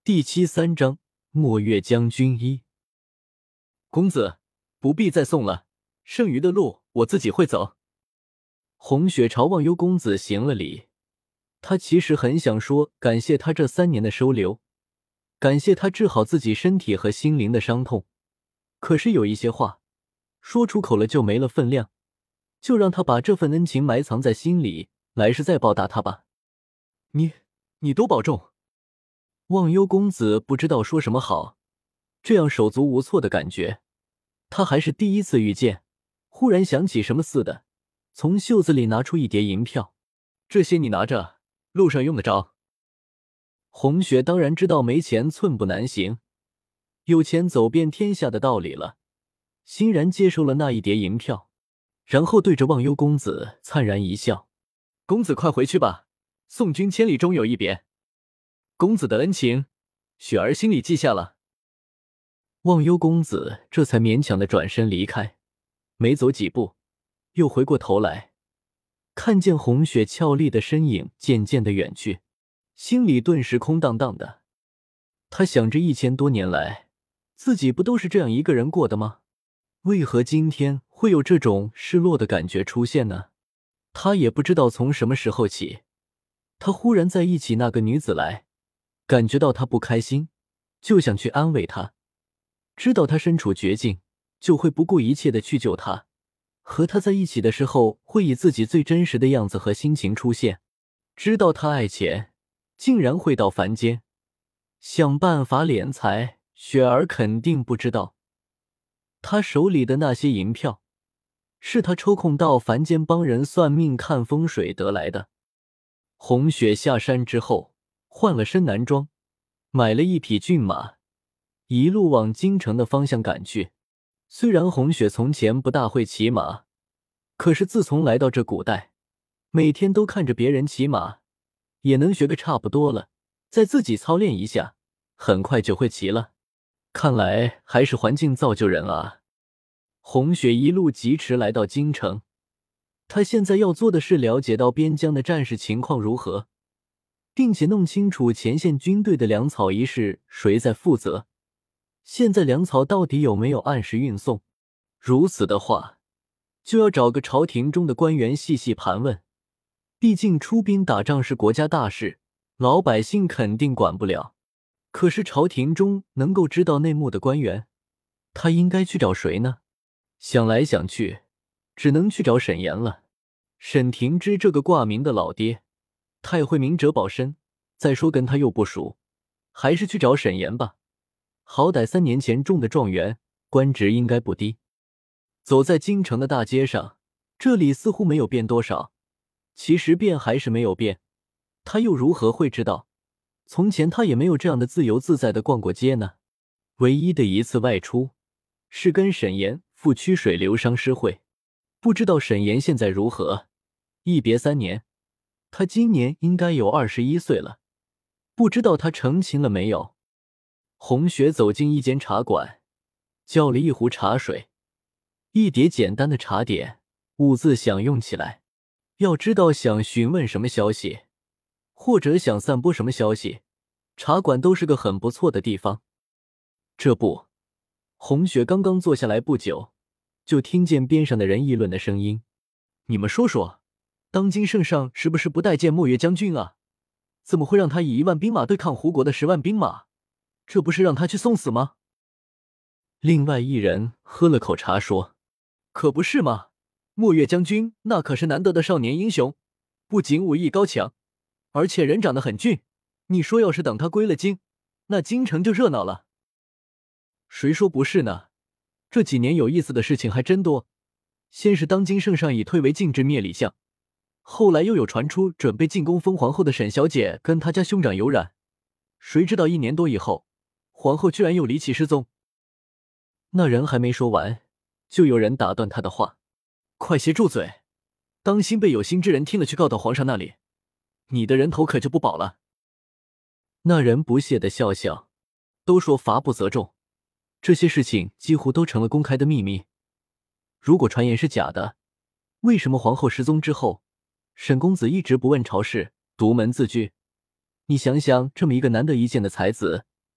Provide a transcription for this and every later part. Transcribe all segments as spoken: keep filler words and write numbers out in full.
第七三章墨月将军一。公子，不必再送了，剩余的路我自己会走。红雪朝忘忧公子行了礼，他其实很想说感谢他这三年的收留，感谢他治好自己身体和心灵的伤痛，可是有一些话说出口了就没了分量，就让他把这份恩情埋藏在心里，来世再报答他吧。你你多保重。忘忧公子不知道说什么好，这样手足无措的感觉他还是第一次遇见，忽然想起什么似的，从袖子里拿出一叠银票，这些你拿着，路上用得着。红雪当然知道没钱寸步难行，有钱走遍天下的道理了，欣然接受了那一叠银票，然后对着忘忧公子灿然一笑，公子快回去吧，送君千里终有一别。公子的恩情，雪儿心里记下了。忘忧公子这才勉强的转身离开，没走几步，又回过头来，看见红雪俏丽的身影渐渐的远去，心里顿时空荡荡的。他想着一千多年来，自己不都是这样一个人过的吗？为何今天会有这种失落的感觉出现呢？他也不知道从什么时候起，他忽然在忆起那个女子来，感觉到她不开心，就想去安慰她，知道她身处绝境，就会不顾一切的去救她，和她在一起的时候会以自己最真实的样子和心情出现，知道她爱钱，竟然会到凡间想办法敛财。雪儿肯定不知道，她手里的那些银票是她抽空到凡间帮人算命看风水得来的。红雪下山之后换了身男装，买了一匹骏马，一路往京城的方向赶去。虽然红雪从前不大会骑马，可是自从来到这古代，每天都看着别人骑马，也能学个差不多了，再自己操练一下，很快就会骑了。看来还是环境造就人啊。红雪一路疾驰来到京城，她现在要做的是了解到边疆的战事情况如何，并且弄清楚前线军队的粮草一事谁在负责，现在粮草到底有没有按时运送。如此的话，就要找个朝廷中的官员细细盘问，毕竟出兵打仗是国家大事，老百姓肯定管不了。可是朝廷中能够知道内幕的官员，他应该去找谁呢？想来想去，只能去找沈岩了。沈廷之这个挂名的老爹太会明哲保身，再说跟他又不熟，还是去找沈岩吧。好歹三年前中的状元，官职应该不低。走在京城的大街上，这里似乎没有变多少，其实变还是没有变，他又如何会知道，从前他也没有这样的自由自在的逛过街呢。唯一的一次外出，是跟沈岩赴曲水流觞诗会，不知道沈岩现在如何。一别三年，他今年应该有二十一岁了，不知道他成亲了没有。红雪走进一间茶馆，叫了一壶茶水，一碟简单的茶点，兀自享用起来。要知道想询问什么消息，或者想散播什么消息，茶馆都是个很不错的地方。这不，红雪刚刚坐下来不久，就听见边上的人议论的声音。你们说说，当今圣上是不是不待见墨月将军啊？怎么会让他以一万兵马对抗胡国的十万兵马？这不是让他去送死吗？另外一人喝了口茶说，可不是嘛，墨月将军那可是难得的少年英雄，不仅武艺高强，而且人长得很俊，你说要是等他归了京，那京城就热闹了。谁说不是呢？这几年有意思的事情还真多，先是当今圣上以退为进之灭李相，后来又有传出准备进宫封皇后的沈小姐跟他家兄长有染，谁知道一年多以后，皇后居然又离奇失踪。那人还没说完，就有人打断他的话，快些住嘴，当心被有心之人听了去告到皇上那里，你的人头可就不保了。那人不屑地笑笑，都说罚不责众，这些事情几乎都成了公开的秘密。如果传言是假的，为什么皇后失踪之后，沈公子一直不问朝事，独门自居？你想想，这么一个难得一见的才子，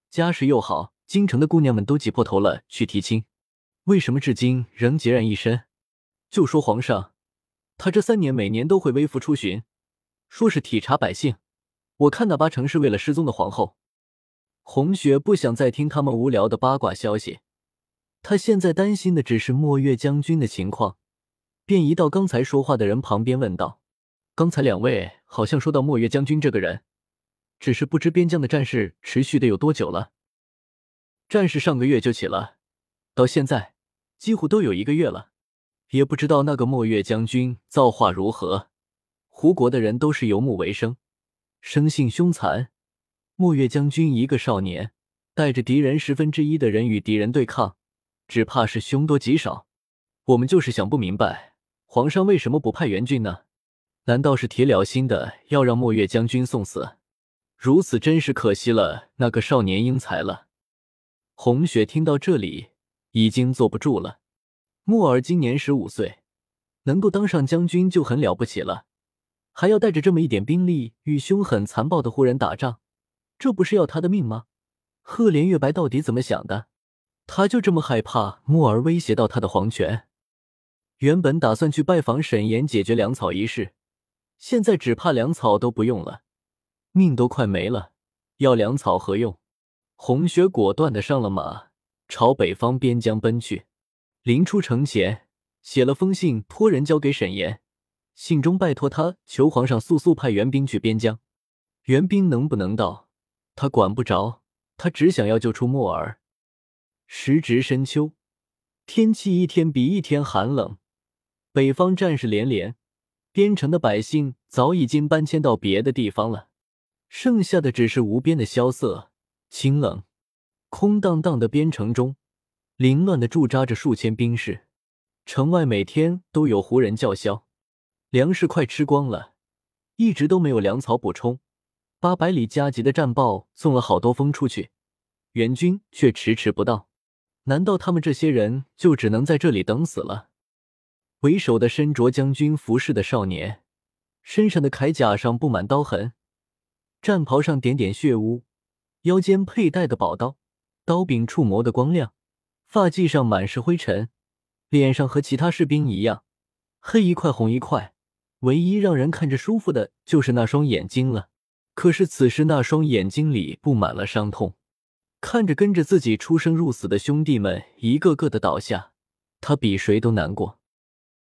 家世又好，京城的姑娘们都挤破头了去提亲，为什么至今仍孑然一身？就说皇上，他这三年每年都会微服出巡，说是体察百姓，我看那八成是为了失踪的皇后。红雪不想再听他们无聊的八卦消息，他现在担心的只是墨月将军的情况，便移到刚才说话的人旁边问道：刚才两位好像说到墨月将军这个人，只是不知边疆的战事持续的有多久了？战事上个月就起了，到现在几乎都有一个月了，也不知道那个墨月将军造化如何。胡国的人都是游牧为生，生性凶残，墨月将军一个少年，带着敌人十分之一的人与敌人对抗，只怕是凶多吉少。我们就是想不明白，皇上为什么不派援军呢？难道是铁了心的要让墨月将军送死？如此真是可惜了那个少年英才了。红雪听到这里已经坐不住了。墨儿今年十五岁，能够当上将军就很了不起了，还要带着这么一点兵力与凶狠残暴的胡人打仗，这不是要他的命吗？赫连月白到底怎么想的？他就这么害怕墨儿威胁到他的皇权？原本打算去拜访沈岩解决粮草一事，现在只怕粮草都不用了，命都快没了，要粮草何用？红雪果断地上了马，朝北方边疆奔去。临出城前，写了封信托人交给沈岩，信中拜托他求皇上速速派援兵去边疆。援兵能不能到，他管不着，他只想要救出墨儿。时值深秋，天气一天比一天寒冷，北方战事连连，边城的百姓早已经搬迁到别的地方了，剩下的只是无边的萧瑟清冷。空荡荡的边城中，凌乱地驻扎着数千兵士，城外每天都有胡人叫嚣，粮食快吃光了，一直都没有粮草补充。八百里加急的战报送了好多封出去，援军却迟迟不到。难道他们这些人就只能在这里等死了？为首的身着将军服饰的少年，身上的铠甲上布满刀痕，战袍上点点血污，腰间佩戴的宝刀，刀柄触磨的光亮，发髻上满是灰尘，脸上和其他士兵一样，黑一块红一块，唯一让人看着舒服的就是那双眼睛了。可是此时那双眼睛里布满了伤痛，看着跟着自己出生入死的兄弟们一个个的倒下，他比谁都难过。